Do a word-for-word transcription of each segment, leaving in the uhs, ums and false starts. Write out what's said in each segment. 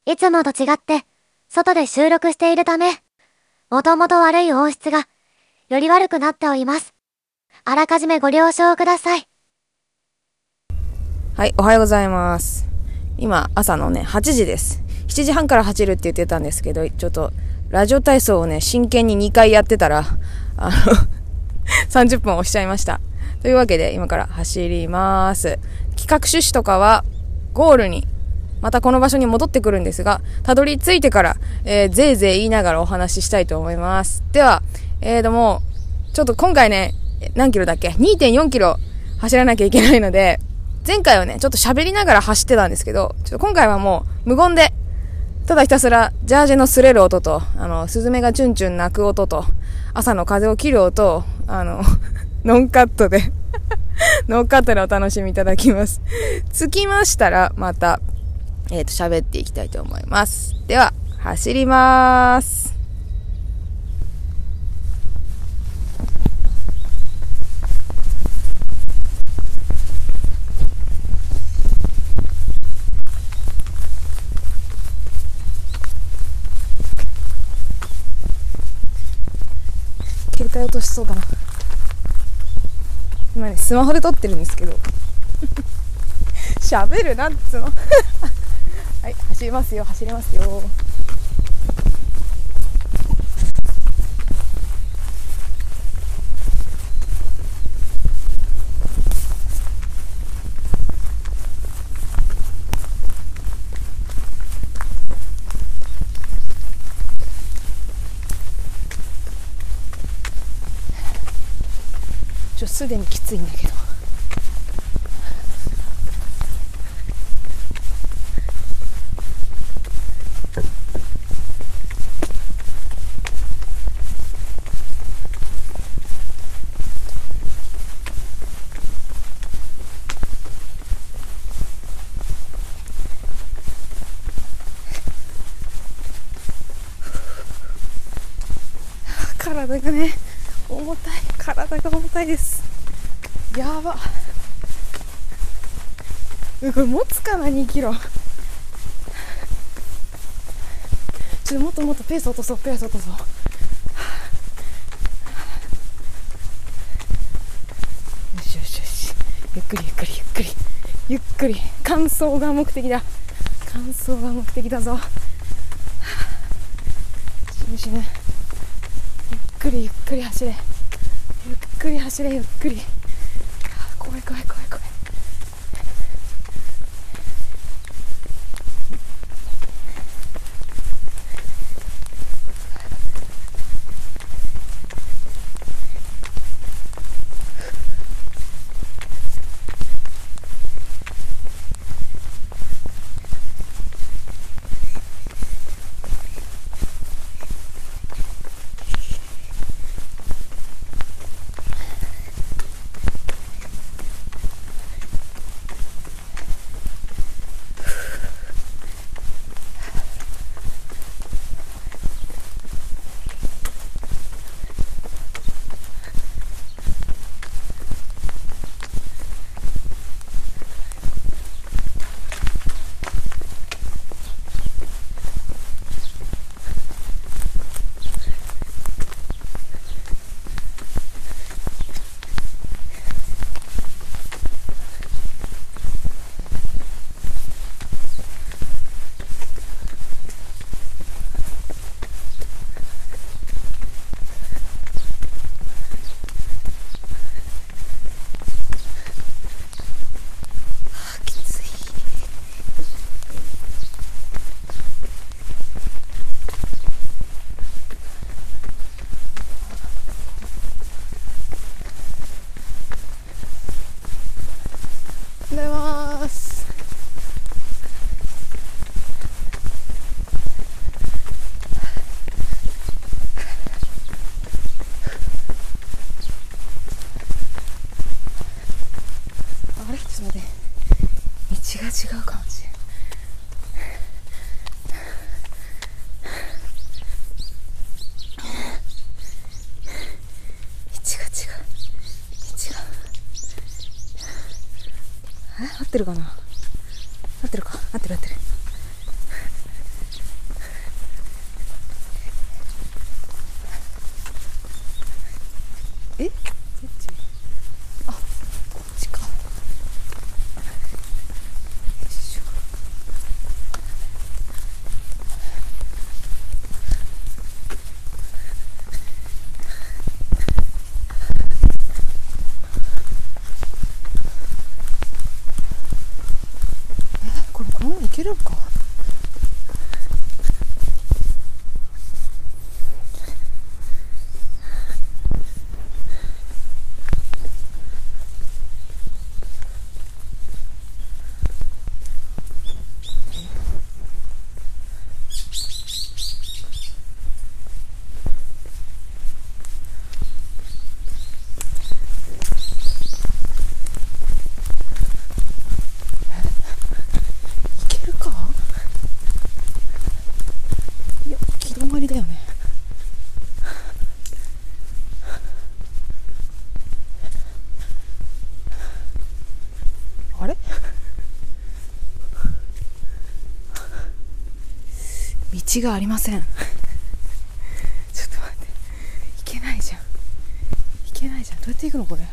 いつもと違って外で収録しているため、もともと悪い音質がより悪くなっております。あらかじめご了承ください。 はい、おはようございます。今朝のねはちじです。しちじはんから走るって言ってたんですけど、ちょっとラジオ体操をね真剣ににかいやってたらあのさんじゅっぷん押しちゃいました。というわけで今から走ります。企画趣旨とかはゴールにまたこの場所に戻ってくるんですが、たどり着いてから、えー、ぜいぜい言いながらお話ししたいと思います。では、えーともうちょっと今回ね何キロだっけ にてんよんキロ走らなきゃいけないので、前回はねちょっと喋りながら走ってたんですけど、ちょっと今回はもう無言でただひたすらジャージの擦れる音と、あのスズメがチュンチュン鳴く音と朝の風を切る音をあのノンカットでノンカットでお楽しみいただきます。着きましたらまたえーと喋っていきたいと思います。では走ります。携帯落としそうだな。今ねスマホで撮ってるんですけど喋るなっつのはい、走りますよ走りますよ。ちょすでにきついんだけど、体がね重たい、体が重たいです。やば、これ持つかなにキロ。ちょっともっともっとペース落とそうペース落とそう。よしよしよし、ゆっくりゆっくりゆっくりゆっくり、完走が目的だ、完走が目的だぞ。ししね、ゆっくりゆっくり走れ、ゆっくり走れゆっくり。怖い怖い怖い怖い。おはようございます。あれちょっと待って、道が違うかもしれない。合ってるかな、合ってるか、合ってる合ってる。 るんか。だよね。あれ道がありません。ちょっと待って、行けないじゃん、行けないじゃん。どうやって行くのこれ。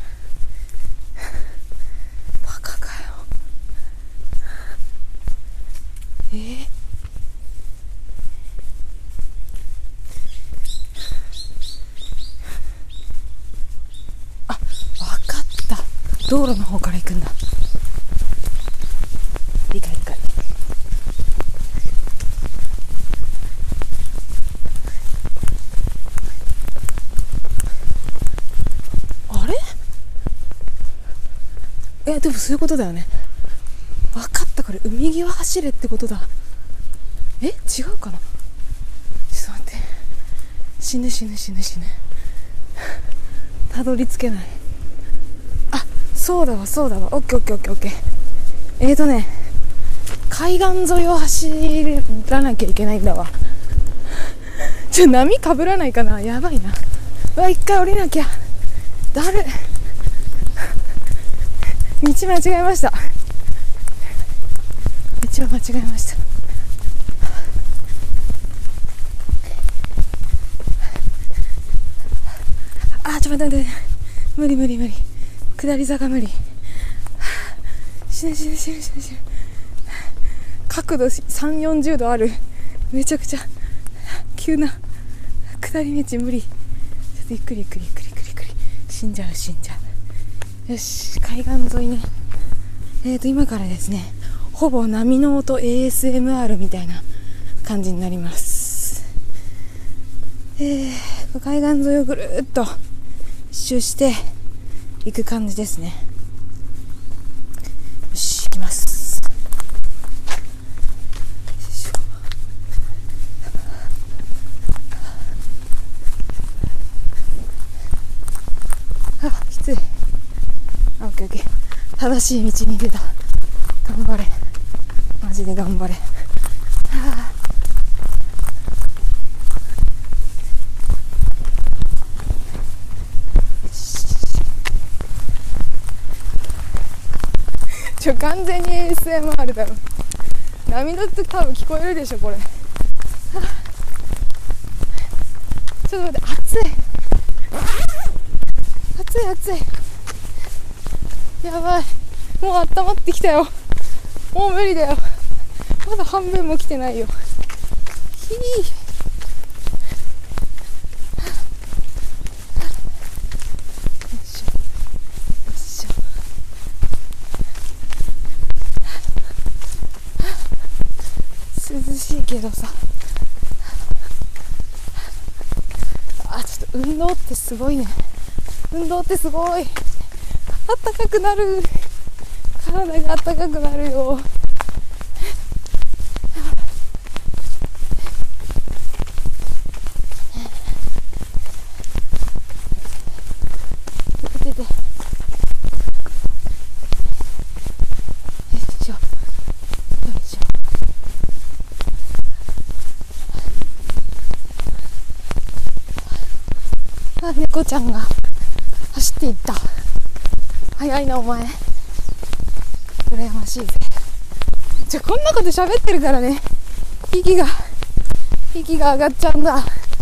バカかよ。えー道路の方から行くんだ。理解理解。あれ？え、でもそういうことだよね。分かった、これ海際走れってことだ。え、違うかな。ちょっと待って、死ぬ死ぬ死ぬ死ぬ。たどり着けない。そうだわそうだわ、オッケーオッケーオッケーオッケー。えーとね海岸沿いを走らなきゃいけないんだわ。ちょ、波かぶらないかな。やばいな。うわ、一回降りなきゃ。だる。道間違えました。道を間違えました。あ、ちょっと待って待って、無理無理無理、下り坂無理。死ね死ね死ね死ね死ね。角度さんじゅう、よんじゅうどある。めちゃくちゃ急な下り道無理。ちょっとゆっくりゆっくりゆっくりゆっくりゆっくり。死んじゃう死んじゃう。よし、海岸沿いね。えーと今からですね、ほぼ波の音 エーエスエムアール みたいな感じになります。えー、海岸沿いをぐるーっと一周して行く感じですね。よし、行きます。あ、きつい。あ、オッケーオッケー。正しい道に出た。頑張れ、マジで頑張れ。はあ、ちょ、完全に エーエスエムアール だろ。波の音多分聞こえるでしょこれ。はあ、ちょっと待って、暑い暑い暑い。やばい、もう温まってきたよ。もう無理だよ。まだ半分も来てないよ。ひー、涼しいけどさあ、ちょっと運動ってすごいね。運動ってすごい。あったかくなる。体があったかくなるよ。出てて。よいしょ。よいしょ。あ、猫ちゃんが走っていった。早いなお前。羨ましいぜ。じゃ、こんなこと喋ってるからね、息が息が上がっちゃうんだ。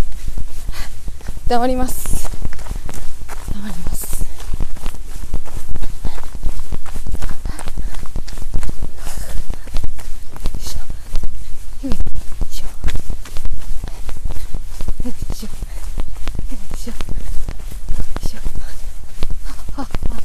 黙ります。黙ります。よいしょよいしょよいしょよいしょよいしょ。はっはっはっ。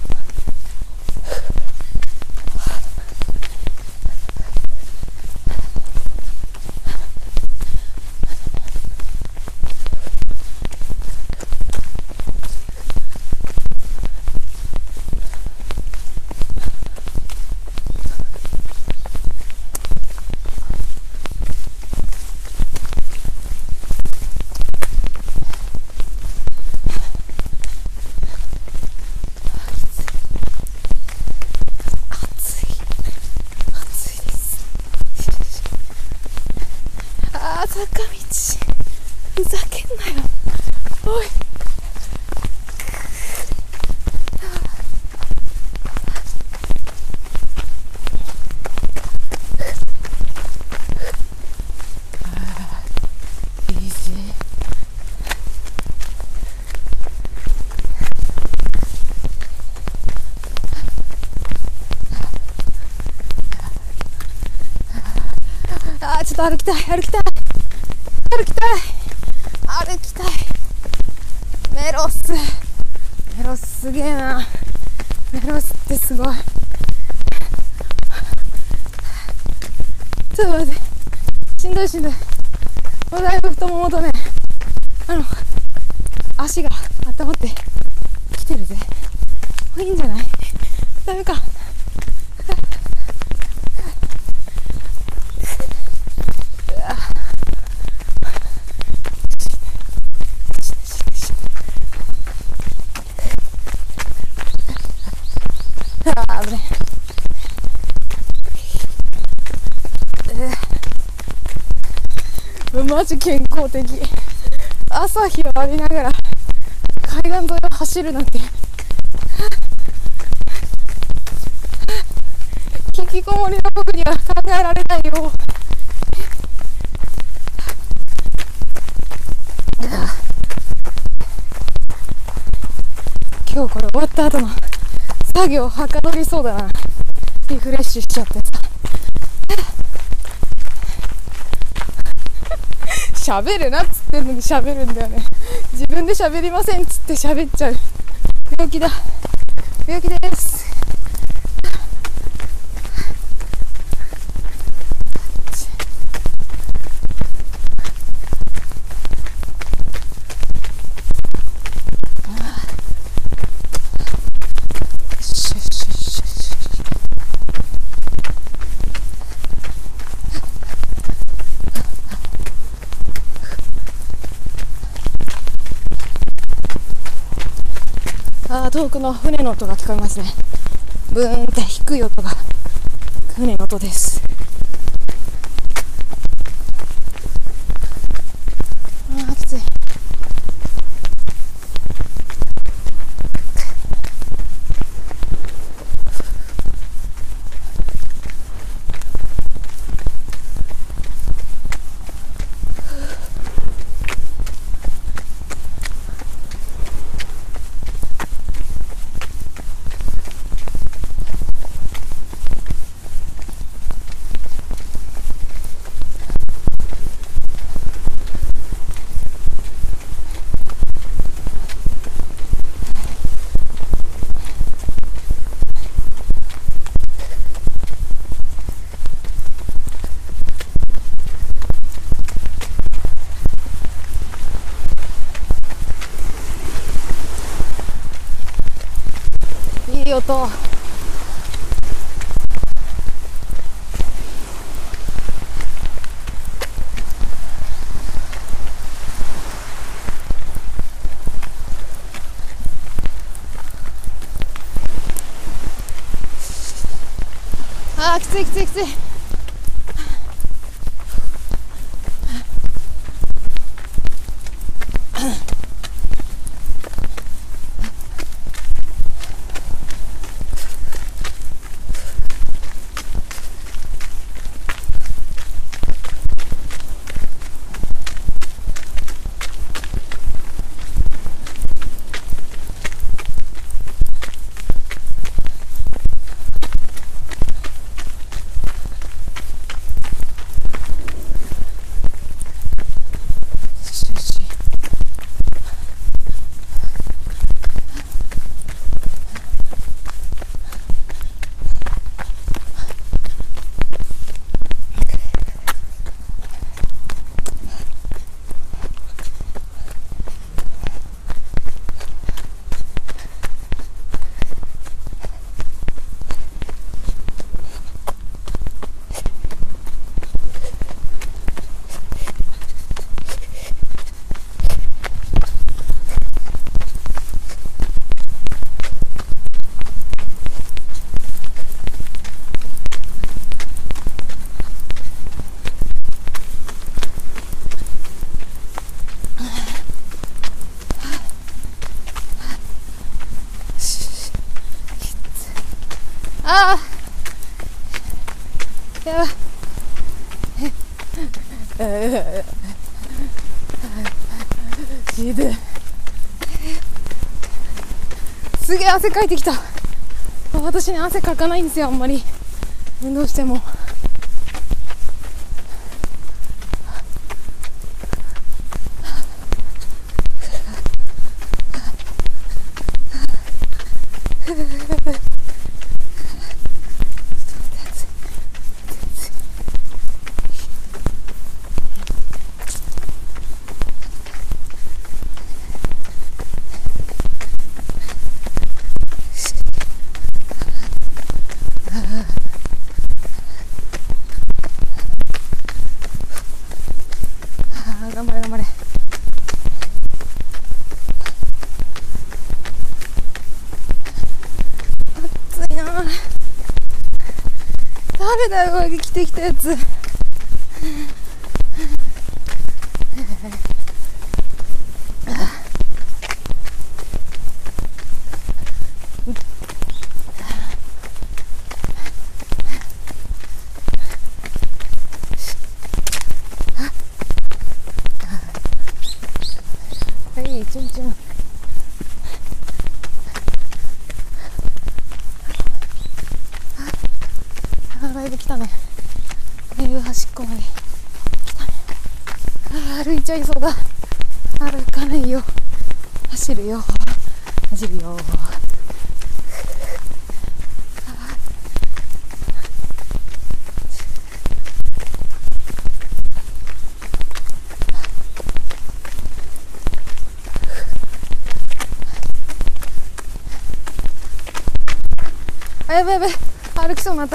あー坂道ふざけんなよおい。あーちょっと歩きたい歩きたい歩きたい歩きたい。メロスメロスすげえな。メロスってすごい。ちょっと待って、しんどいしんどい。もうだいぶ太ももとね、あの足が温まってきてるぜ。もういいんじゃない？ダメか。あー危ねえ。マジ健康的。朝日を浴びながら海岸沿いを走るなんて引きこもりの僕には考えられないよ。今日これ終わった後の作業はかどりそうだな。リフレッシュしちゃってさ喋るなっつってんのに喋るんだよね。自分で喋りませんっつって喋っちゃう。病気だ病気です。あー遠くの船の音が聞こえますね。ブーンって低い音が船の音です。あーきつい。いい音。あーきついきついきつい。 しで、すげえ汗かいてきた。私ね、汗かかないんですよ、あんまり運動しても。頑張れ頑張れ。暑いな。誰だよ、上着着てきたやつ。はい、チュンチュン。あ、だいぶ来たね。だいぶ端っこまで来たね。あ、歩いちゃいそうだ。歩かないよ。走るよ。走るよ。あ、やべやべ、歩きそうになった。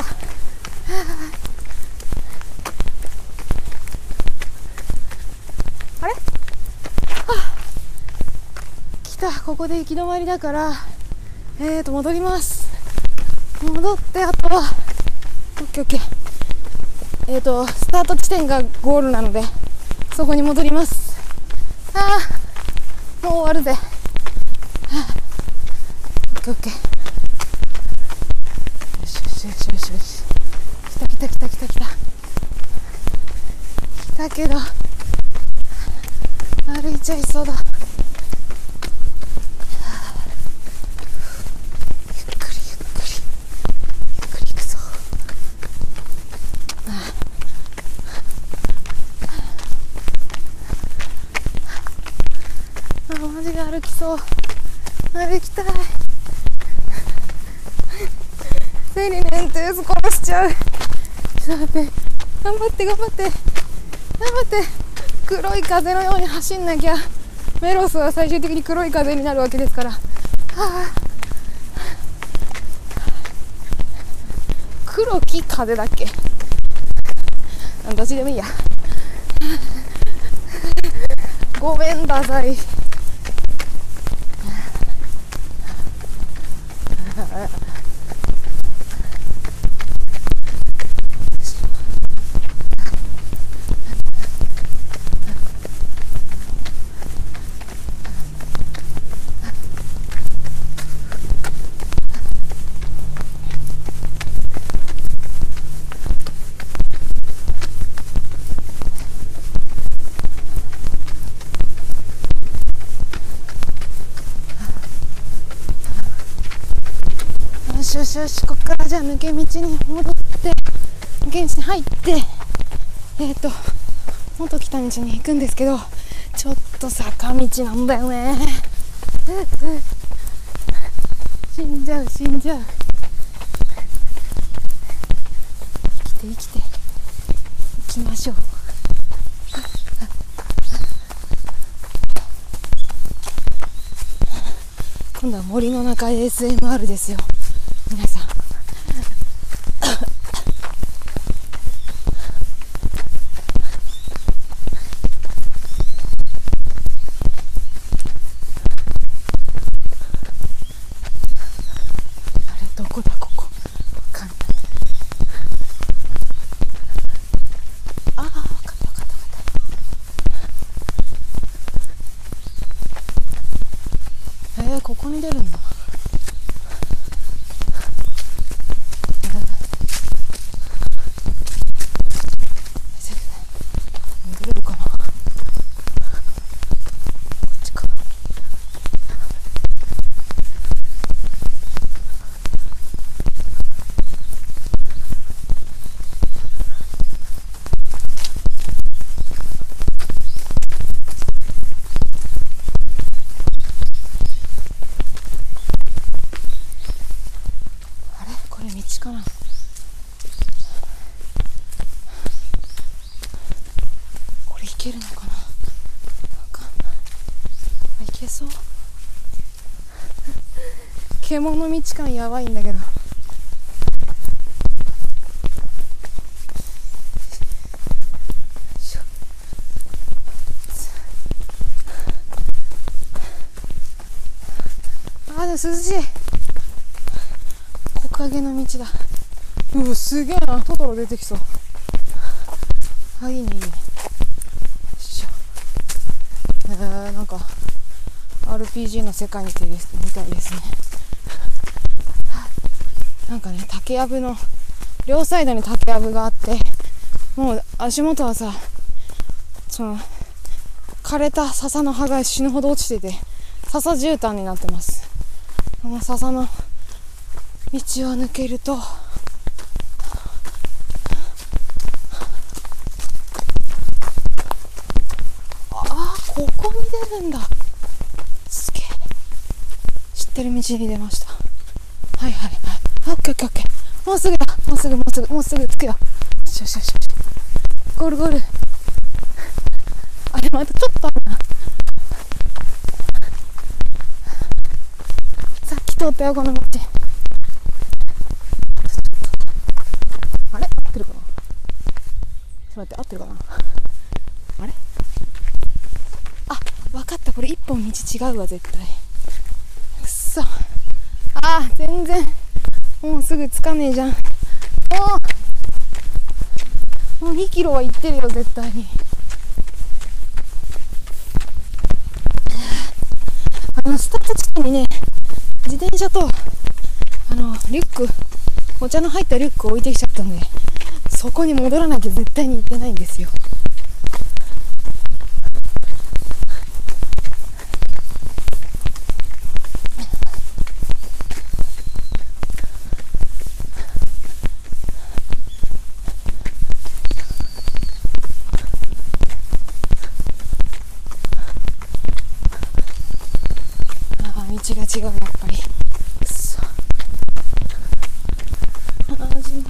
あれ、あ、来た。ここで行き止まりだから、えーと戻ります。戻って、あとはオッケーオッケー、えーとスタート地点がゴールなのでそこに戻ります。あー、もう終わるぜ。はあ、オッケーオッケー、よしよしよしよしよし、来た来た来た来た来た来たけど歩いちゃいそうだ。ゆっくりゆっくりゆっくり行くぞ。あ、マジで歩きそう。歩きたい。セリメント殺しちゃう。ちょっと待って、頑張って頑張って頑張って。黒い風のように走んなきゃ。メロスは最終的に黒い風になるわけですから。はあ、黒き風だっけ、どっちでもいいや。ごめんなさい。よしよし、こっからじゃあ抜け道に戻って、抜け道に入って、えっと元来た道に行くんですけど、ちょっと坂道なんだよね。死んじゃう死んじゃう。生きて生きて行きましょう。今度は森の中 エーエスエムアール ですよ皆さん。あれどこだここ、わかんない。ああ、わかったわかったわかった。えー、ここに出るんだ。 けるのかな。わかんない。あ、いけそう。獣道感やばいんだけど。あー、でも涼しい。木陰の道だ。うわ、すげえな。トトロ出てきそう。あ、いいねいいね。よいしょ。えー、なんか アールピージー の世界みたいですみたいですね。なんかね、竹やぶの両サイドに竹やぶがあって、もう足元はさ、その枯れた笹の葉が死ぬほど落ちてて、笹絨毯になってます。この笹の道を抜けると、ここに出るんだ。すげえ。知ってる道に出ました。はいはいはい。オッケーオッケーオッケー。もうすぐだ。もうすぐもうすぐもうすぐ着くよ。よしよしよしよし。ゴールゴール。あれまたちょっとあるな。さっき通ったよこの道。あれ合ってるかな。ちょっと待って、合ってるかな。あれ、分かった、これ一本道違うわ絶対。くっそ、あー全然もうすぐ着かねえじゃん。もうもうにキロは行ってるよ絶対に。あのスタート地点にね、自転車とあのリュック、お茶の入ったリュックを置いてきちゃったんで、そこに戻らなきゃ絶対に行ってないんですよ。道が違う、やっぱり。くそ、あー、しんどい。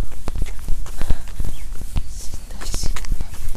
しんどいしんどい。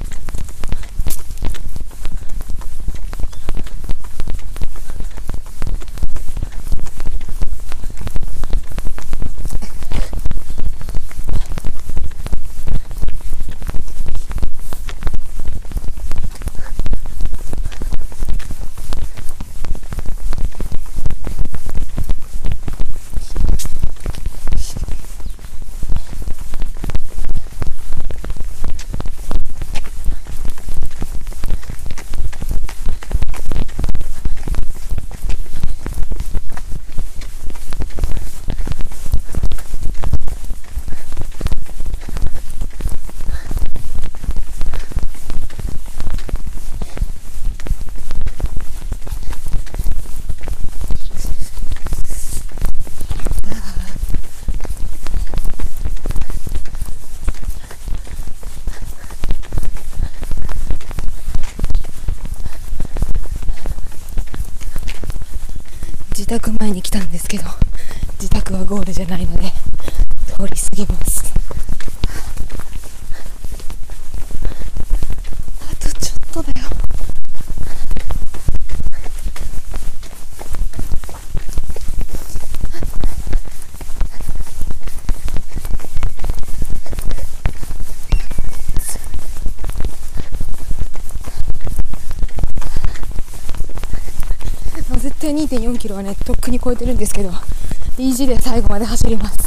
自宅前に来たんですけど、自宅はゴールじゃないので通り過ぎます。あとちょっとだよ。絶対 にてんよんキロはね、とっくに超えてるんですけど、イージーで最後まで走ります。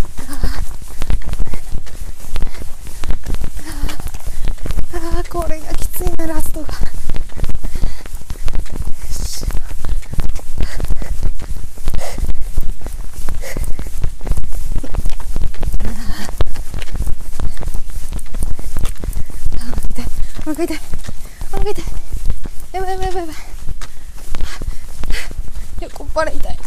あー、これがきついな、ラストが。お腹痛い、お腹痛い、やばいやばいやばいやばい、横っ腹痛い。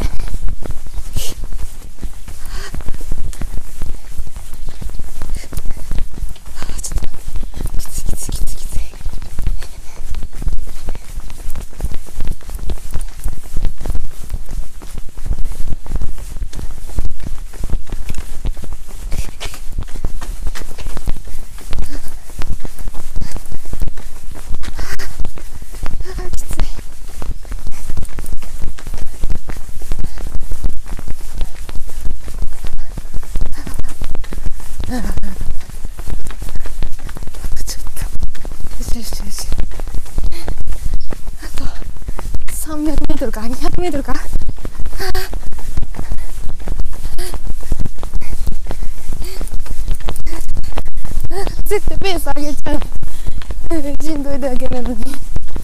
よしよし。あとさんびゃくメートルかにひゃくメートルか。絶対ペース上げちゃう。しんどいだけなのに。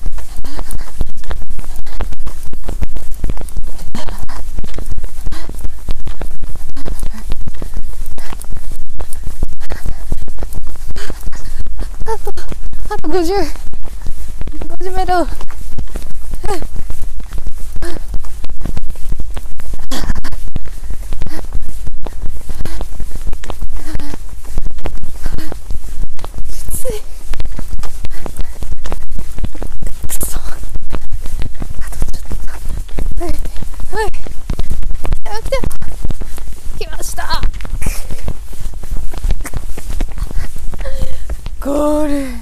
あとあとごじゅうごじゅうメートル。ゴール。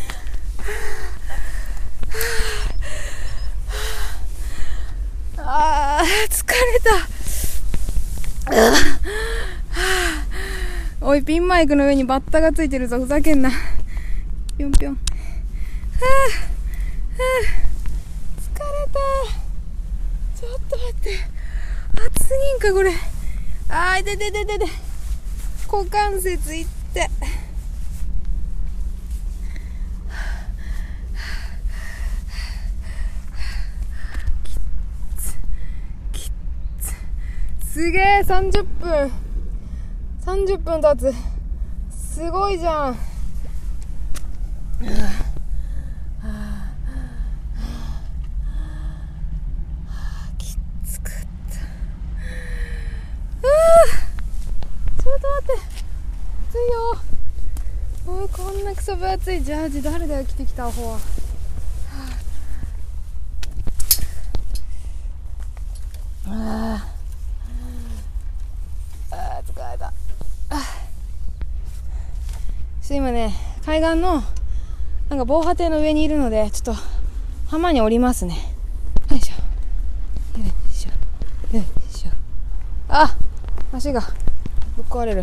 あー疲れた。おい、ピンマイクの上にバッタがついてるぞ、ふざけんな。ぴょんぴょん。はあ、はあ、疲れた。ちょっと待って、暑すぎんかこれ。あーいててててて、股関節いって。すげえ、さんじゅっぷんさんじゅっぷん経つ。すごいじゃん。きつかった。ちょっと待って、暑いよ。おい、こんなクソ分厚いジャージ誰だよ着てきたアホは。ああ疲れた。今ね、海岸のなんか防波堤の上にいるので、ちょっと浜に降りますね。よいしょよいしょよいしょ。あ、足がぶっ壊れる。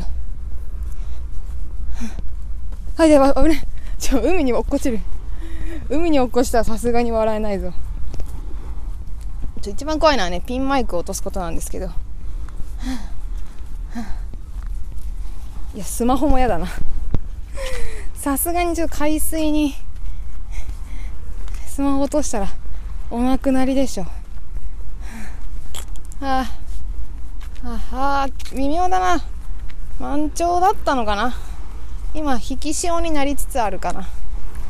はい、やばい、危ねえ。ちょ、海に落っこちる。海に落っこしたらさすがに笑えないぞ。ちょ、一番怖いのはね、ピンマイクを落とすことなんですけど、いや、スマホもやだな。さすがにちょっと海水にスマホ落としたらお亡くなりでしょ。ああ、ああ、微妙だな。満潮だったのかな。今引き潮になりつつあるかな。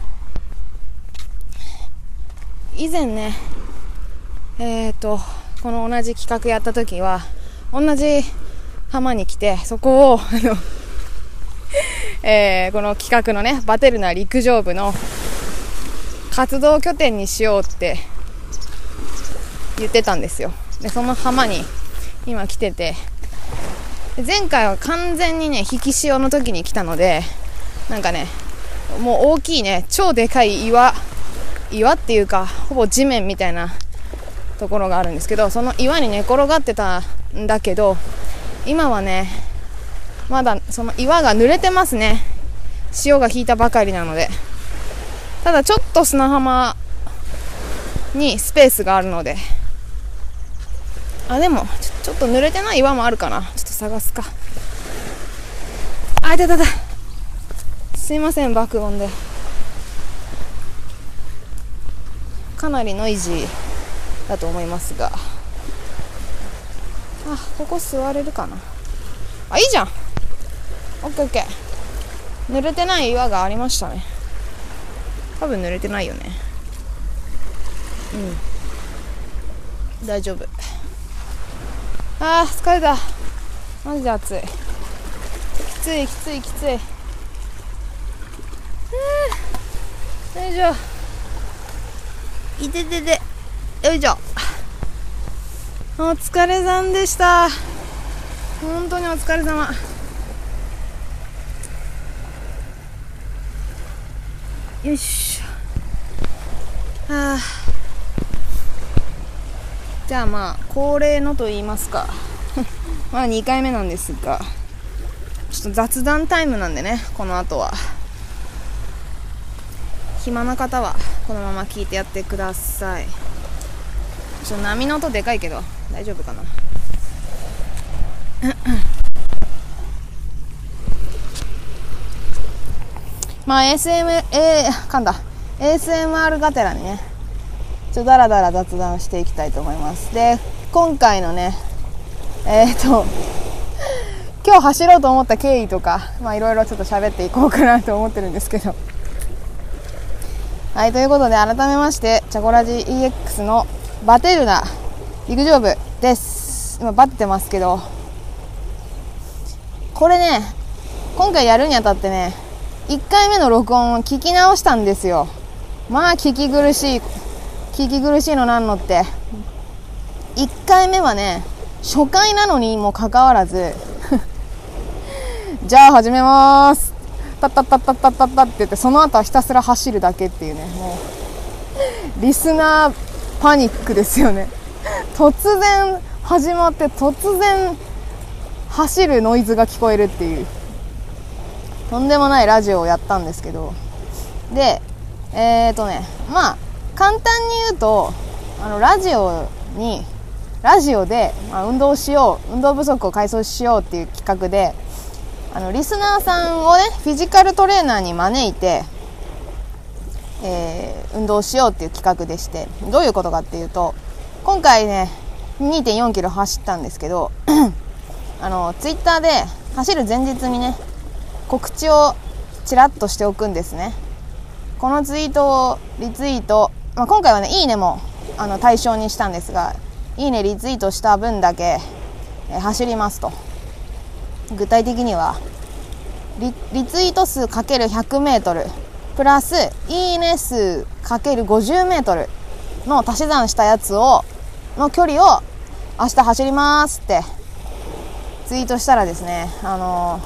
以前ね、えっとこの同じ企画やった時は同じ浜に来て、そこをあのえー、この企画のね、バテルナ陸上部の活動拠点にしようって言ってたんですよ。で、その浜に今来てて、前回は完全にね、引き潮の時に来たので、なんかね、もう大きいね、超でかい岩岩っていうかほぼ地面みたいなところがあるんですけど、その岩に寝転がってたんだけど、今はね、まだその岩が濡れてますね。潮が引いたばかりなので。ただちょっと砂浜にスペースがあるので、あ、でもちょ、ちょっと濡れてない岩もあるかな。ちょっと探すか。あ、いたいたいた。すいません、爆音でかなりノイジーだと思いますが、あ、ここ座れるかな。あ、いいじゃん。オッケーオッケー。濡れてない岩がありましたね。多分濡れてないよね。うん、大丈夫。あー疲れた。マジで暑い。きついきついきつい。よいしょ。いててて。よいしょ。お疲れさんでした。本当にお疲れ様。よいしょ。はあ、じゃあまあ恒例のと言いますかまあにかいめなんですが、ちょっと雑談タイムなんでね、この後は暇な方はこのまま聞いてやってください。ちょっと波の音でかいけど大丈夫かな。まあ エスエム、えー、噛んだ エーエスエムアール がてらにねちょっとダラダラ雑談していきたいと思います。で今回のねえー、っと今日走ろうと思った経緯とかまあいろいろちょっと喋っていこうかなと思ってるんですけど、はい、ということで改めましてチャコラジ イーエックス のバテるな陸上部です。今バテてますけど、これね今回やるにあたってねいっかいめの録音を聞き直したんですよ。まあ聞き苦しい聞き苦しいのなんのっていっかいめはね初回なのにもかかわらずじゃあ始めまーすタッタッタッタッタッタッタって言ってその後はひたすら走るだけっていうね、もうリスナーパニックですよね。突然始まって突然走るノイズが聞こえるっていうとんでもないラジオをやったんですけど、でえーとねまあ簡単に言うとあのラジオにラジオで、まあ、運動しよう運動不足を解消しようっていう企画であのリスナーさんをねフィジカルトレーナーに招いて、えー、運動しようっていう企画でして、どういうことかっていうと今回ね にてんよんキロ走ったんですけどあのツイッターで走る前日にね告知をちらっとしておくんですね。このツイートをリツイート、まあ、今回はねいいねもあの対象にしたんですが、いいねリツイートした分だけ、えー、走りますと。具体的には リ, リツイート数 ×ひゃくメートル プラスいいね数 ×ごじゅうメートル の足し算したやつをの距離を明日走りますってツイートしたらですね、あの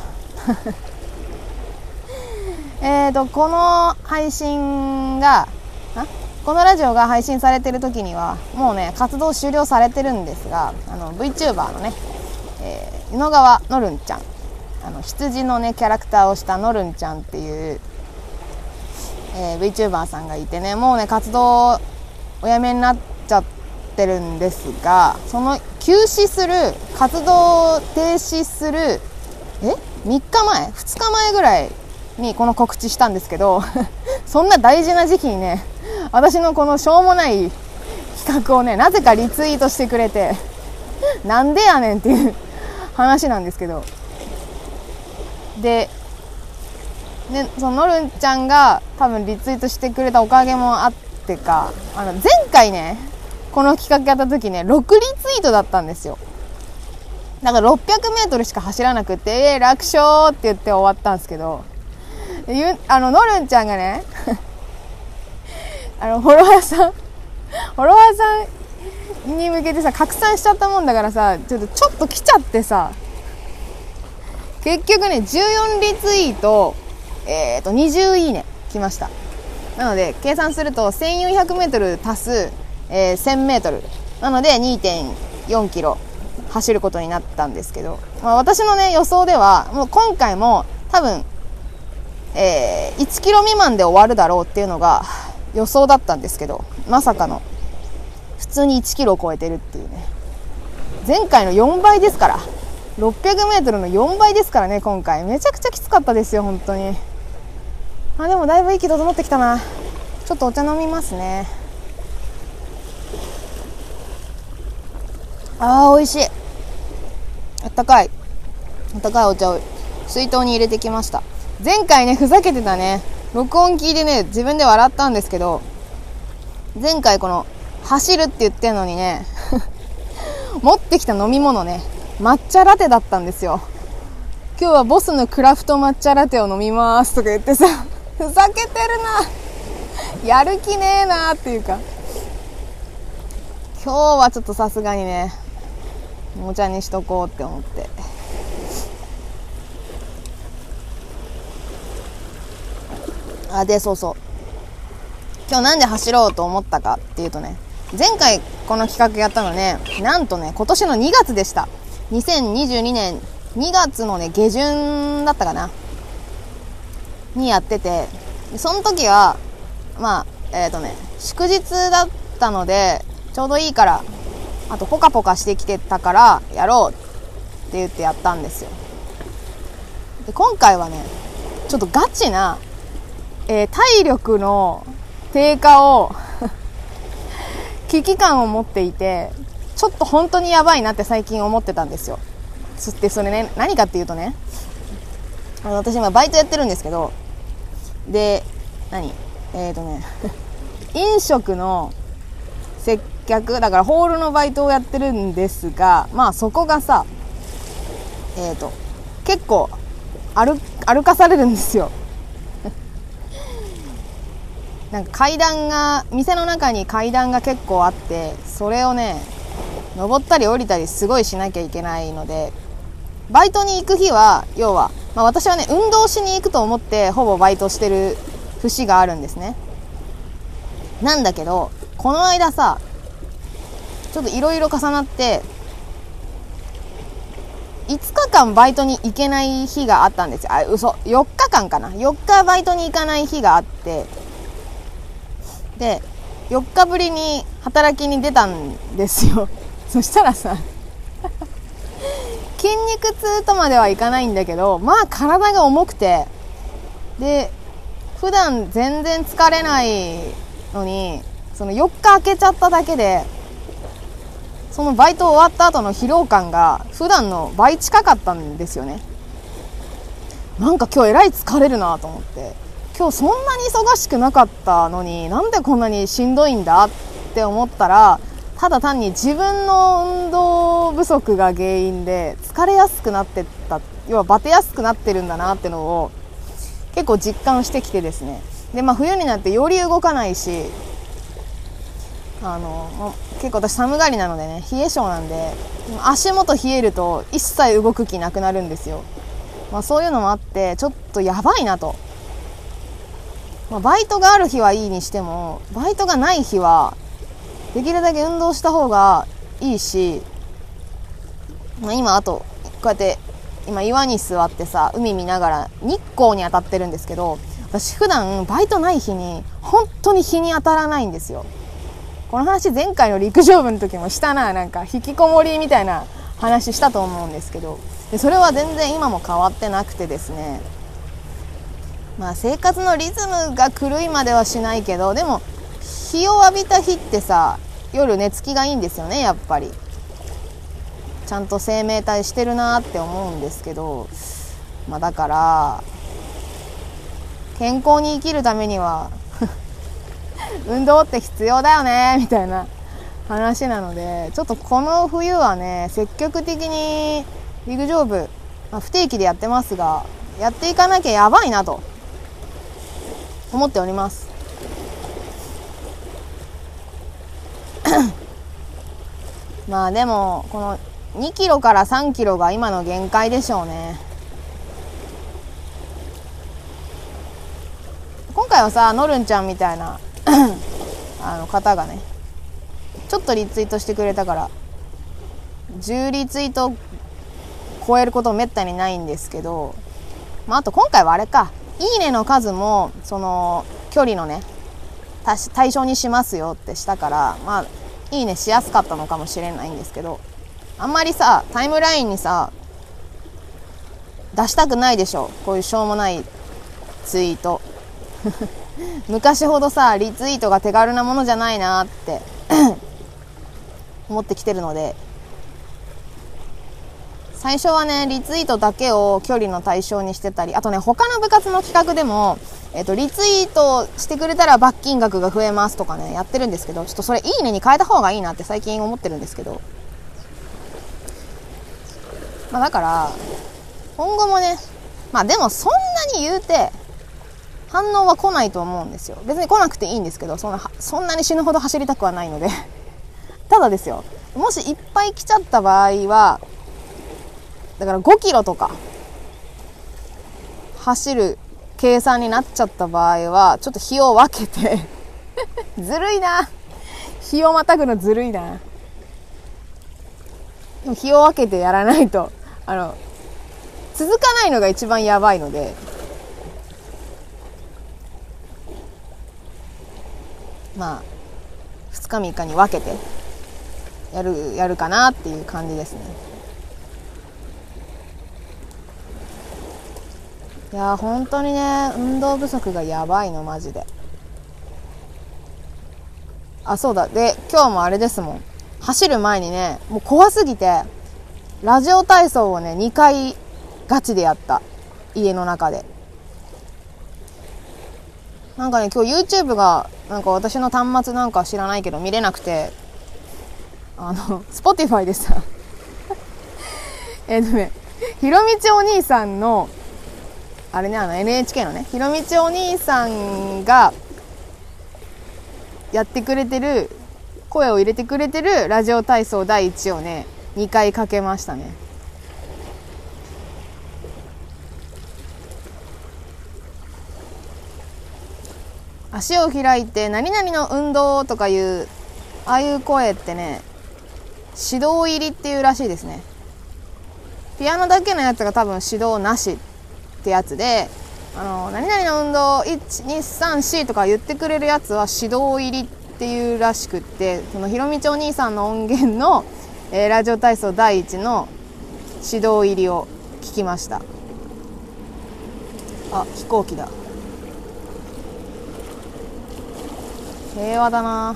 ー、えーとこの配信がこのラジオが配信されてる時にはもうね活動終了されてるんですが、あの VTuber のね、えー、湯野川のるんちゃん、あの羊のねキャラクターをしたのるんちゃんっていう、えー、VTuber さんがいてね、もうね活動おやめになっちゃってるんですが、その休止する活動停止するえみっかまえふつかまえぐらいにこの告知したんですけどそんな大事な時期にね私のこのしょうもない企画をねなぜかリツイートしてくれてなんでやねんっていう話なんですけど、でねそののるんちゃんが多分リツイートしてくれたおかげもあってか、あの前回ねこの企画やった時ねろくリツイートだったんですよ。だからろっぴゃくメートルしか走らなくて、えー、楽勝って言って終わったんですけど、あののるんちゃんがねあのフォロワーさんフォロワーさんに向けてさ拡散しちゃったもんだからさ、ちょっとちょっと来ちゃってさ、結局ねじゅうよんリツイート、えーとにじゅういいね来ました。なので計算するとせんよんひゃくメートル足す、えー、せんメートルなので にてんよんキロ走ることになったんですけど、まあ、私のね予想ではもう今回も多分、えー、いちキロ未満で終わるだろうっていうのが予想だったんですけど、まさかの普通にいちキロを超えてるっていうね、前回のよんばいですから、ろっぴゃくメートルのよんばいですからね。今回めちゃくちゃきつかったですよ本当に。あでもだいぶ息整ってきたな。ちょっとお茶飲みますね。あー美味しい、あったかいあったかいお茶を水筒に入れてきました。前回ねふざけてたね録音聞いてね自分で笑ったんですけど、前回この走るって言ってんのにね持ってきた飲み物ね抹茶ラテだったんですよ。今日はボスのクラフト抹茶ラテを飲みますとか言ってさふざけてるなやる気ねえなっていうか、今日はちょっとさすがにねお茶にしとこうって思って、あでそうそう今日なんで走ろうと思ったかっていうとね、前回この企画やったのねなんとね今年のにがつでした。にせんにじゅうにねんにがつのね下旬だったかなにやってて、その時はまあえっとね祝日だったのでちょうどいいから、あとポカポカしてきてたからやろうって言ってやったんですよ。で今回はねちょっとガチな、えー、体力の低下を危機感を持っていて、ちょっと本当にやばいなって最近思ってたんですよ。そしてそれね、何かっていうとね、あの私今バイトやってるんですけど、で何えーとね飲食の接客だからホールのバイトをやってるんですが、まあそこがさえーと結構歩, 歩かされるんですよなんか階段が、店の中に階段が結構あって、それをね登ったり降りたりすごいしなきゃいけないので、バイトに行く日は要は、まあ、私はね運動しに行くと思ってほぼバイトしてる節があるんですね。なんだけどこの間さちょっといろいろ重なっていつかかんバイトに行けない日があったんですよ。あ、嘘、よっかかんかな、よっかバイトに行かない日があって、でよっかぶりに働きに出たんですよそしたらさ筋肉痛とまではいかないんだけど、まあ体が重くて、で普段全然疲れないのにそのよっか空けちゃっただけで、そのバイト終わった後の疲労感が普段の倍近かったんですよね。なんか今日えらい疲れるなと思って、今日そんなに忙しくなかったのになんでこんなにしんどいんだって思ったら、ただ単に自分の運動不足が原因で疲れやすくなってった、要はバテやすくなってるんだなってのを結構実感してきてですね。でまあ冬になってより動かないし、あの結構私寒がりなのでね、冷え性なんで足元冷えると一切動く気なくなるんですよ。まあ、そういうのもあってちょっとやばいなと、まあ、バイトがある日はいいにしてもバイトがない日はできるだけ運動した方がいいし、まあ、今あとこうやって今岩に座ってさ海見ながら日光に当たってるんですけど、私普段バイトない日に本当に日に当たらないんですよ。この話前回の陸上部の時もしたな、なんか引きこもりみたいな話したと思うんですけど、でそれは全然今も変わってなくてですね、まあ生活のリズムが狂いまではしないけど、でも日を浴びた日ってさ夜寝つきがいいんですよね。やっぱりちゃんと生命体してるなって思うんですけど、まあだから健康に生きるためには運動って必要だよねみたいな話なので、ちょっとこの冬はね積極的に陸上部、まあ、不定期でやってますがやっていかなきゃやばいなと思っておりますまあでもこのにキロからさんキロが今の限界でしょうね。今回はさのるんちゃんみたいなあの方がねちょっとリツイートしてくれたからじゅうリツイート超えることめったにないんですけど、まあ、あと今回はあれか、いいねの数もその距離のね対象にしますよってしたから、まあいいねしやすかったのかもしれないんですけど、あんまりさタイムラインにさ出したくないでしょ、こういうしょうもないツイート昔ほどさリツイートが手軽なものじゃないなって思ってきてるので、最初はねリツイートだけを距離の対象にしてたり、あとね他の部活の企画でも、えーと、リツイートしてくれたら罰金額が増えますとかねやってるんですけど、ちょっとそれいいねに変えた方がいいなって最近思ってるんですけど、まあだから今後もね、まあでもそんなに言うて反応は来ないと思うんですよ。別に来なくていいんですけど、そんなそんなに死ぬほど走りたくはないのでただですよ、もしいっぱい来ちゃった場合はだからごキロとか走る計算になっちゃった場合はちょっと日を分けてずるいな、日をまたぐのずるいな。でも日を分けてやらないとあの続かないのが一番やばいので、 まあふつかみっかに分けてやるやるかなっていう感じですね。いや本当にね、運動不足がやばいのマジで。あ、そうだ、で今日もあれですもん、走る前にね、もう怖すぎてラジオ体操をねにかいガチでやった、家の中で。なんかね、今日 YouTube がなんか私の端末なんか知らないけど見れなくて、あの Spotify でさえっとねひろみちお兄さんのあれね、あの エヌエイチケー のね、ひろみちお兄さんがやってくれてる、声を入れてくれてるラジオ体操だいいちをねにかいかけましたね。足を開いて何々の運動とかいうああいう声ってね、指導入りっていうらしいですね。ピアノだけのやつが多分指導なしってやつで、あの何々の運動いちにさんしとか言ってくれるやつは指導入りっていうらしくって、そのひろみちお兄さんの音源の、えー、ラジオ体操だいいちの指導入りを聞きました。あ、飛行機だ。平和だな。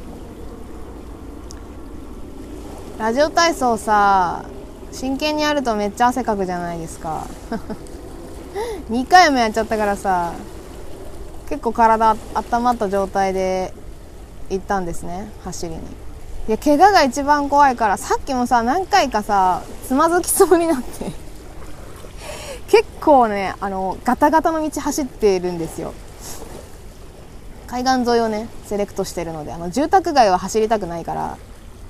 ラジオ体操さ、真剣にやるとめっちゃ汗かくじゃないですかにかいもやっちゃったからさ、結構体温まった状態で行ったんですね、走りに。いや、怪我が一番怖いから、さっきもさ何回かさつまずきそうになって結構ね、あのガタガタの道走っているんですよ。海岸沿いをねセレクトしてるので、あの住宅街は走りたくないから。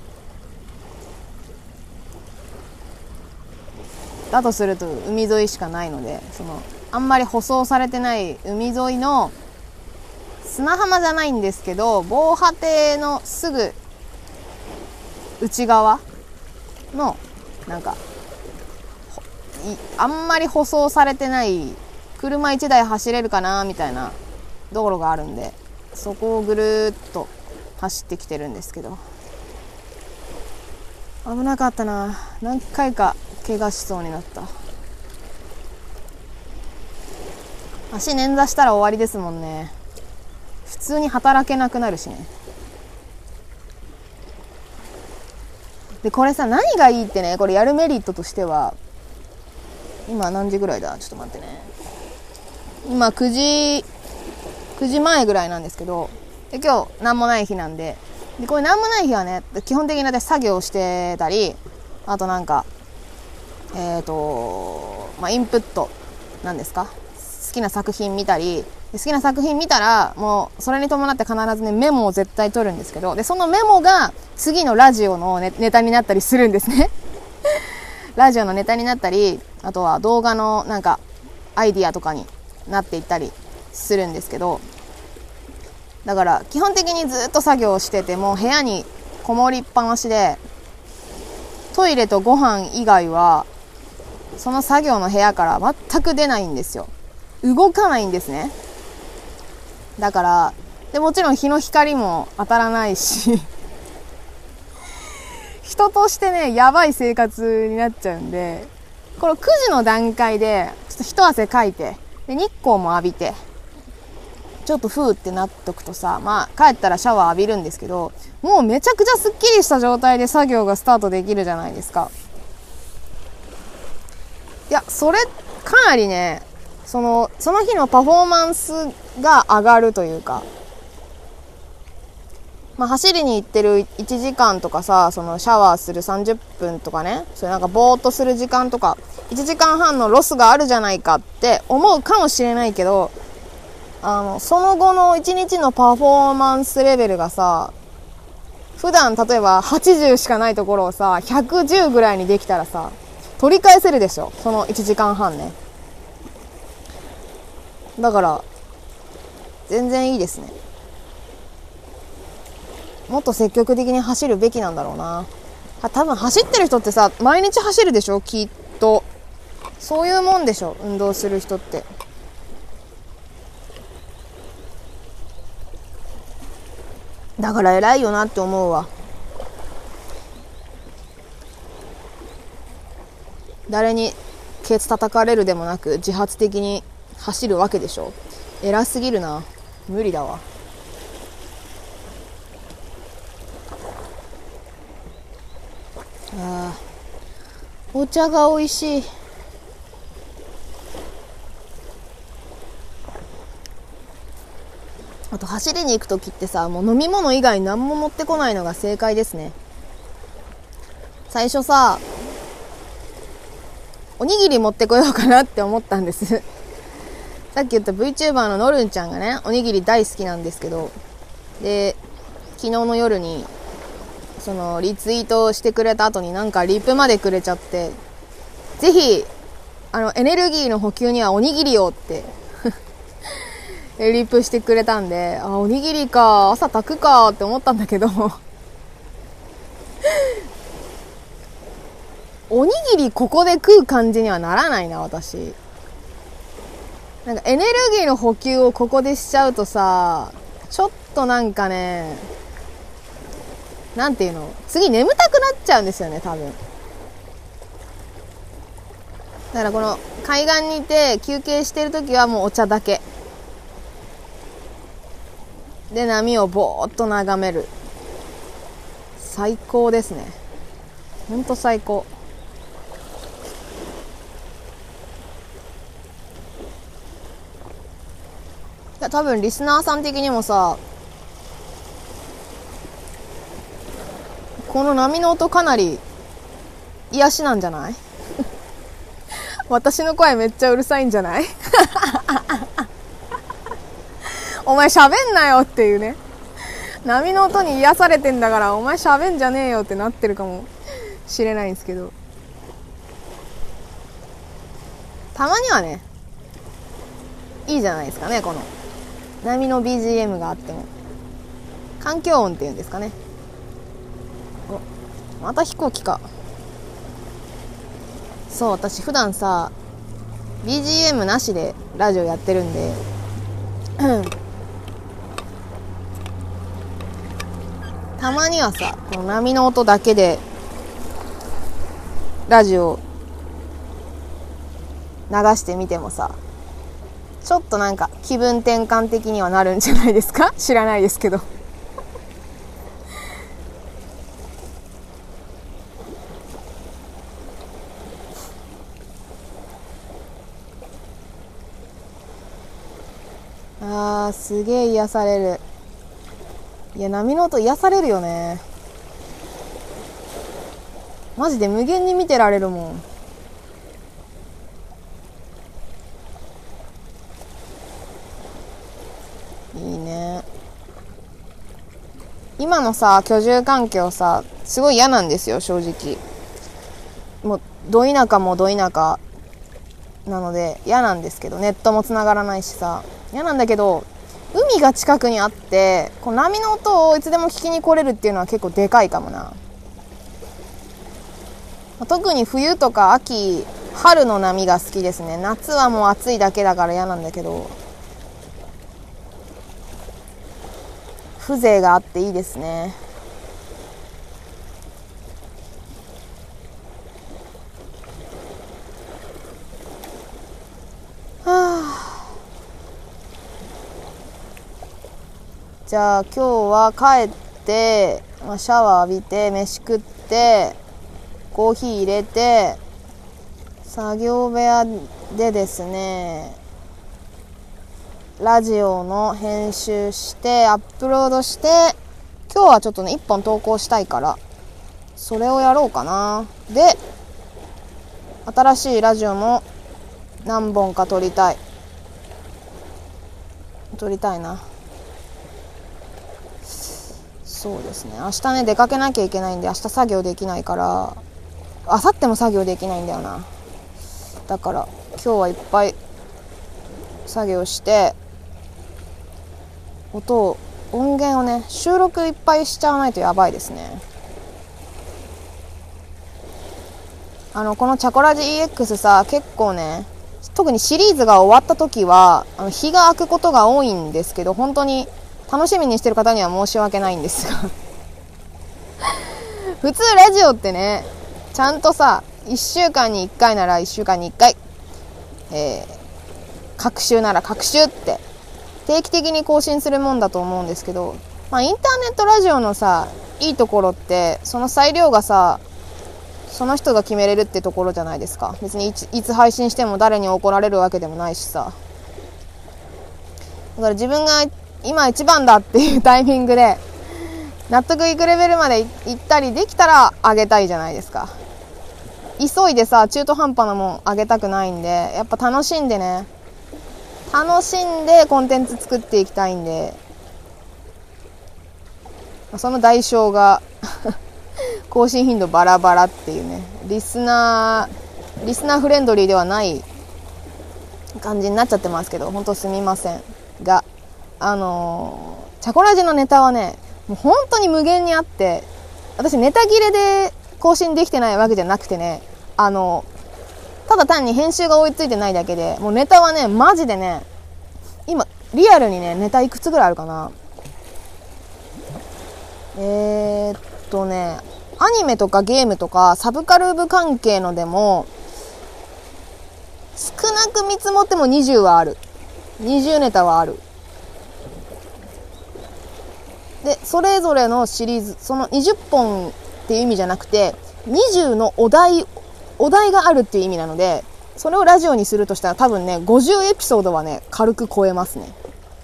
だとすると海沿いしかないので、そのあんまり舗装されてない海沿いの砂浜じゃないんですけど、防波堤のすぐ内側のなんかあんまり舗装されてない車いちだい走れるかなみたいな道路があるんで、そこをぐるーっと走ってきてるんですけど、危なかったな。何回か怪我しそうになった。足捻挫したら終わりですもんね。普通に働けなくなるしね。でこれさ、何がいいってね、これやるメリットとしては、今何時ぐらいだ、ちょっと待ってね、今くじくじまえぐらいなんですけど、で今日何もない日なんで、でこれ何もない日はね、基本的に私作業してたり、あとなんかえーとまあ、インプットなんですか、好きな作品見たり、好きな作品見たらもうそれに伴って必ずねメモを絶対取るんですけど、でそのメモが次のラジオの ネ, ネタになったりするんですねラジオのネタになったり、あとは動画のなんかアイディアとかになっていったりするんですけど、だから基本的にずっと作業してても部屋にこもりっぱなしで、トイレとご飯以外はその作業の部屋から全く出ないんですよ。動かないんですね。だからでもちろん日の光も当たらないし人としてねやばい生活になっちゃうんで、このくじの段階でちょっと一汗かいて、で日光も浴びてちょっとふーってなっとくとさ、まあ帰ったらシャワー浴びるんですけど、もうめちゃくちゃすっきりした状態で作業がスタートできるじゃないですか。いや、それかなりね、そのその日のパフォーマンスが上がるというか、まあ、走りに行ってるいちじかんとかさ、そのシャワーするさんじゅっぷんとかね、それなんかぼーっとする時間とかいちじかんはんのロスがあるじゃないかって思うかもしれないけど、あのその後のいちにちのパフォーマンスレベルがさ、普段例えばはちじゅうしかないところをさひゃくじゅうぐらいにできたらさ、取り返せるでしょ、そのいちじかんはんね。だから全然いいですね。もっと積極的に走るべきなんだろうな。多分走ってる人ってさ毎日走るでしょ、きっと。そういうもんでしょ、運動する人って。 だから偉いよなって思うわ。誰にケツ叩かれるでもなく自発的に走るわけでしょ。偉すぎるな。無理だわ。あー、お茶が美味しい。あと走りに行くときってさ、もう飲み物以外何も持ってこないのが正解ですね。最初さ、おにぎり持ってこようかなって思ったんですさっき言った VTuber ののるんちゃんがね、おにぎり大好きなんですけど、で昨日の夜にそのリツイートしてくれた後になんかリップまでくれちゃって、ぜひあのエネルギーの補給にはおにぎりをってリップしてくれたんで、あ、おにぎりか、朝炊くかって思ったんだけどおにぎりここで食う感じにはならないな、私。なんかエネルギーの補給をここでしちゃうとさ、ちょっとなんかね、なんていうの、次眠たくなっちゃうんですよね、多分。だからこの海岸にいて休憩してるときはもうお茶だけで、波をぼーっと眺める。最高ですね。ほんと最高。いや、多分リスナーさん的にもさ、この波の音かなり癒しなんじゃない私の声めっちゃうるさいんじゃないお前喋んなよっていうね。波の音に癒されてんだからお前喋んじゃねえよってなってるかもしれないんですけど、たまにはね、いいじゃないですかね、この波の ビージーエム があっても。環境音っていうんですかね。お、また飛行機か。そう、私普段さ ビージーエム なしでラジオやってるんでたまにはさ、この波の音だけでラジオ流してみてもさ、ちょっとなんか気分転換的にはなるんじゃないですか知らないですけどあー、すげえ癒される。いや、波の音癒されるよね。マジで無限に見てられるもん。いいね。今のさ、居住環境さ、すごい嫌なんですよ、正直。もうど田舎もど田舎なので嫌なんですけど、ネットも繋がらないしさ、嫌なんだけど、海が近くにあって、こう波の音をいつでも聞きに来れるっていうのは結構でかいかもな。特に冬とか秋、春の波が好きですね。夏はもう暑いだけだから嫌なんだけど、風情があっていいですね。はあ、じゃあ今日は帰って、まあ、シャワー浴びて飯食ってコーヒー入れて作業部屋でですね、ラジオの編集してアップロードして、今日はちょっとね一本投稿したいからそれをやろうかな。で、新しいラジオも何本か撮りたい撮りたいな。そうですね、明日ね出かけなきゃいけないんで、明日作業できないから、明後日も作業できないんだよな。だから今日はいっぱい作業して音を音源をね収録いっぱいしちゃわないとやばいですね。あのこのチャコラジ イーエックス さ、結構ね、特にシリーズが終わった時はあの日が空くことが多いんですけど、本当に楽しみにしてる方には申し訳ないんですが普通ラジオってね、ちゃんとさいっしゅうかんにいっかいならいっしゅうかんにいっかい、えー、各週なら各週って定期的に更新するもんだと思うんですけど、まあ、インターネットラジオのさいいところって、その裁量がさその人が決めれるってところじゃないですか。別にいつ、いつ配信しても誰に怒られるわけでもないしさ。だから自分が今一番だっていうタイミングで納得いくレベルまでいったりできたらあげたいじゃないですか。急いでさ中途半端なもんあげたくないんで、やっぱ楽しんでね楽しんでコンテンツ作っていきたいんで、その代償が更新頻度バラバラっていうね、リスナーリスナーフレンドリーではない感じになっちゃってますけど、本当すみませんが、あのー、チャコラジのネタはねもう本当に無限にあって、私ネタ切れで更新できてないわけじゃなくてね、あのただ単に編集が追いついてないだけで、もうネタはねマジでね今リアルにねネタいくつぐらいあるかな。えーっとねアニメとかゲームとかサブカル部関係のでも少なく見積もってもにじゅうはある。にじゅうネタはある。でそれぞれのシリーズ、そのにじゅっぽんっていう意味じゃなくてにじゅうのお題お題があるっていう意味なので、それをラジオにするとしたら多分ねごじゅうエピソードはね軽く超えますね。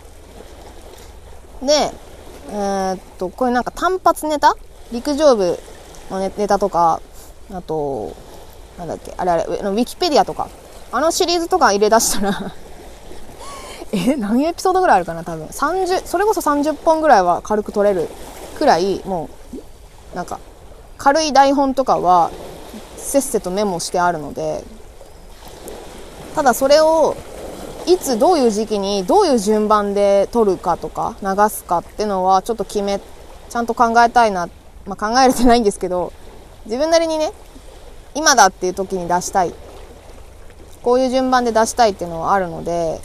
でえー、っとこれなんか単発ネタ、陸上部の ネ, ネタとか、あとなんだっけあれあれウィキペディアとか、あのシリーズとか入れ出したらえ何エピソードぐらいあるかな、多分さんじゅう、それこそさんじゅっぽんぐらいは軽く取れるくらい、もうなんか軽い台本とかはせっせとメモしてあるので、ただそれをいつどういう時期にどういう順番で撮るかとか流すかっていうのはちょっと決めちゃんと考えたいな、まあ、考えれてないんですけど、自分なりにね今だっていう時に出したい、こういう順番で出したいっていうのはあるので、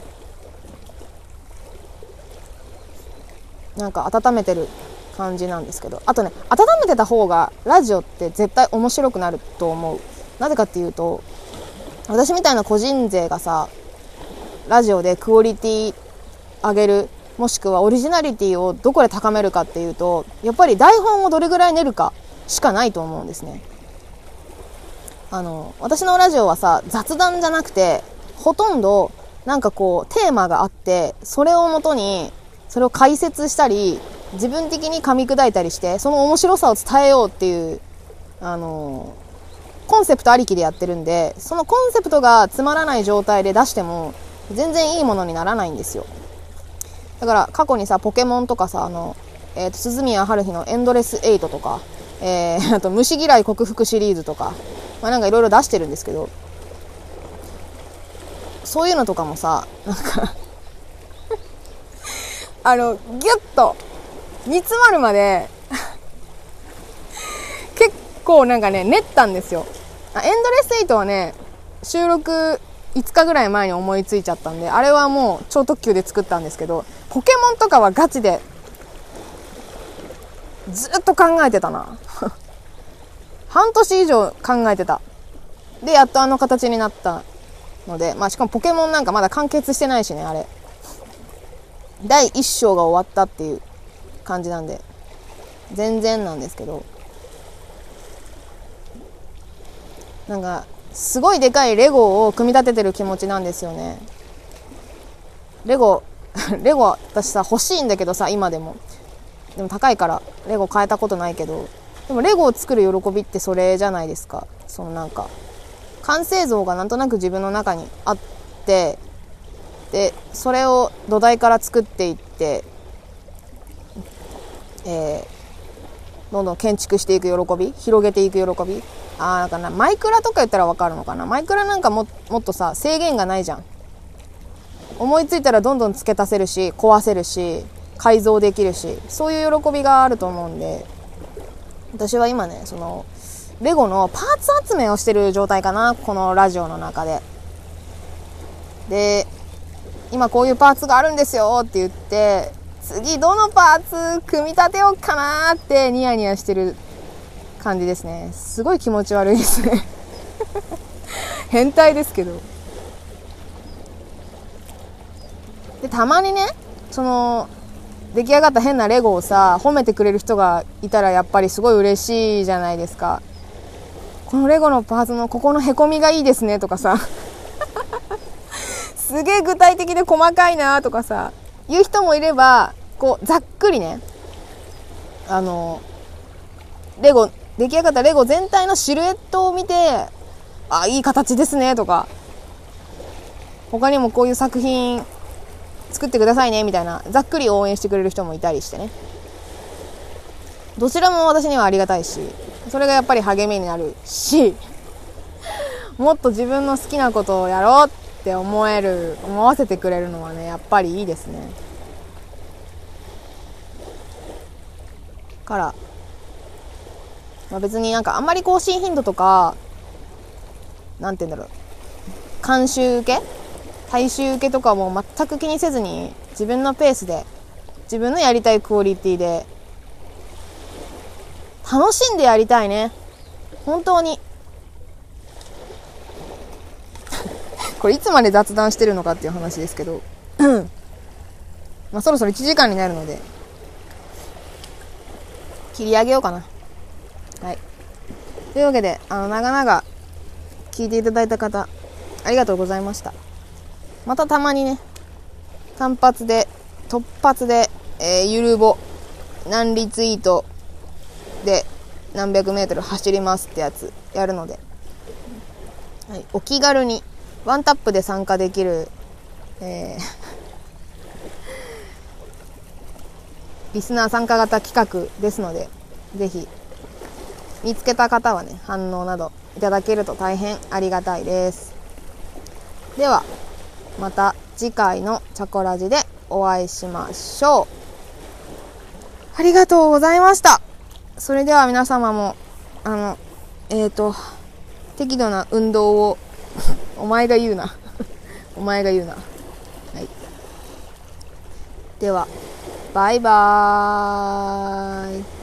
なんか温めてる感じなんですけど、あとね温めてた方がラジオって絶対面白くなると思う。なぜかっていうと、私みたいな個人勢がさラジオでクオリティ上げる、もしくはオリジナリティをどこで高めるかっていうと、やっぱり台本をどれぐらい練るかしかないと思うんですね。あの私のラジオはさ雑談じゃなくて、ほとんどなんかこうテーマがあって、それをもとにそれを解説したり自分的に噛み砕いたりして、その面白さを伝えようっていうあのコンセプトありきでやってるんで、そのコンセプトがつまらない状態で出しても全然いいものにならないんですよ。だから過去にさポケモンとかさ、あの、えー、と鈴宮春日のエンドレスエイトとか、えー、あと虫嫌い克服シリーズとか、まあ、なんかいろいろ出してるんですけど、そういうのとかもさなんかあのギュッと煮詰まるまで結構なんかね練ったんですよ。エンドレスエイトはね収録いつかぐらい前に思いついちゃったんで、あれはもう超特急で作ったんですけど、ポケモンとかはガチでずっと考えてたな半年以上考えてた。でやっとあの形になったので、まあしかもポケモンなんかまだ完結してないしね、あれだいいっ章が終わったっていう感じなんで全然なんですけど、なんかすごいでかいレゴを組み立ててる気持ちなんですよね。レゴレゴ私さ欲しいんだけどさ、今でもでも高いからレゴ買えたことないけど、でもレゴを作る喜びってそれじゃないですか。そのなんか完成像がなんとなく自分の中にあって、でそれを土台から作っていって、えー、どんどん建築していく喜び、広げていく喜び、あーなんかな、マイクラとか言ったら分かるのかな。マイクラなんか も, もっとさ制限がないじゃん。思いついたらどんどん付け足せるし壊せるし改造できるし、そういう喜びがあると思うんで、私は今ねそのレゴのパーツ集めをしてる状態かな、このラジオの中で。で今こういうパーツがあるんですよって言って次どのパーツ組み立てようかなーってニヤニヤしてる感じですね。すごい気持ち悪いですね変態ですけど。でたまにね、その出来上がった変なレゴをさ褒めてくれる人がいたらやっぱりすごい嬉しいじゃないですか。このレゴのパーツのここのへこみがいいですねとかさすげえ具体的で細かいなとかさ言う人もいれば、こうざっくりね、あのレゴ出来上がったレゴ全体のシルエットを見て、あ、いい形ですねとか、他にもこういう作品作ってくださいねみたいな、ざっくり応援してくれる人もいたりしてね、どちらも私にはありがたいし、それがやっぱり励みになるし、もっと自分の好きなことをやろうって思える思わせてくれるのはね、やっぱりいいですね。から、まあ、別になんかあんまり更新頻度とかなんて言うんだろう、監修受け大衆受けとかも全く気にせずに、自分のペースで自分のやりたいクオリティで楽しんでやりたいね、本当にこれいつまで雑談してるのかっていう話ですけどまあそろそろいちじかんになるので切り上げようかな。はい、というわけで、あの長々聞いていただいた方ありがとうございました。またたまにね、単発で突発で、えー、ゆるぼ何リツイートで何百メートル走りますってやつやるので、はい、お気軽にワンタップで参加できる、えー、リスナー参加型企画ですので、ぜひ見つけた方はね、反応などいただけると大変ありがたいです。ではまた次回のチャコラジでお会いしましょう。ありがとうございました。それでは皆様もあのえーと適度な運動をお前が言うなお前が言うな。はい、ではバイバーイ。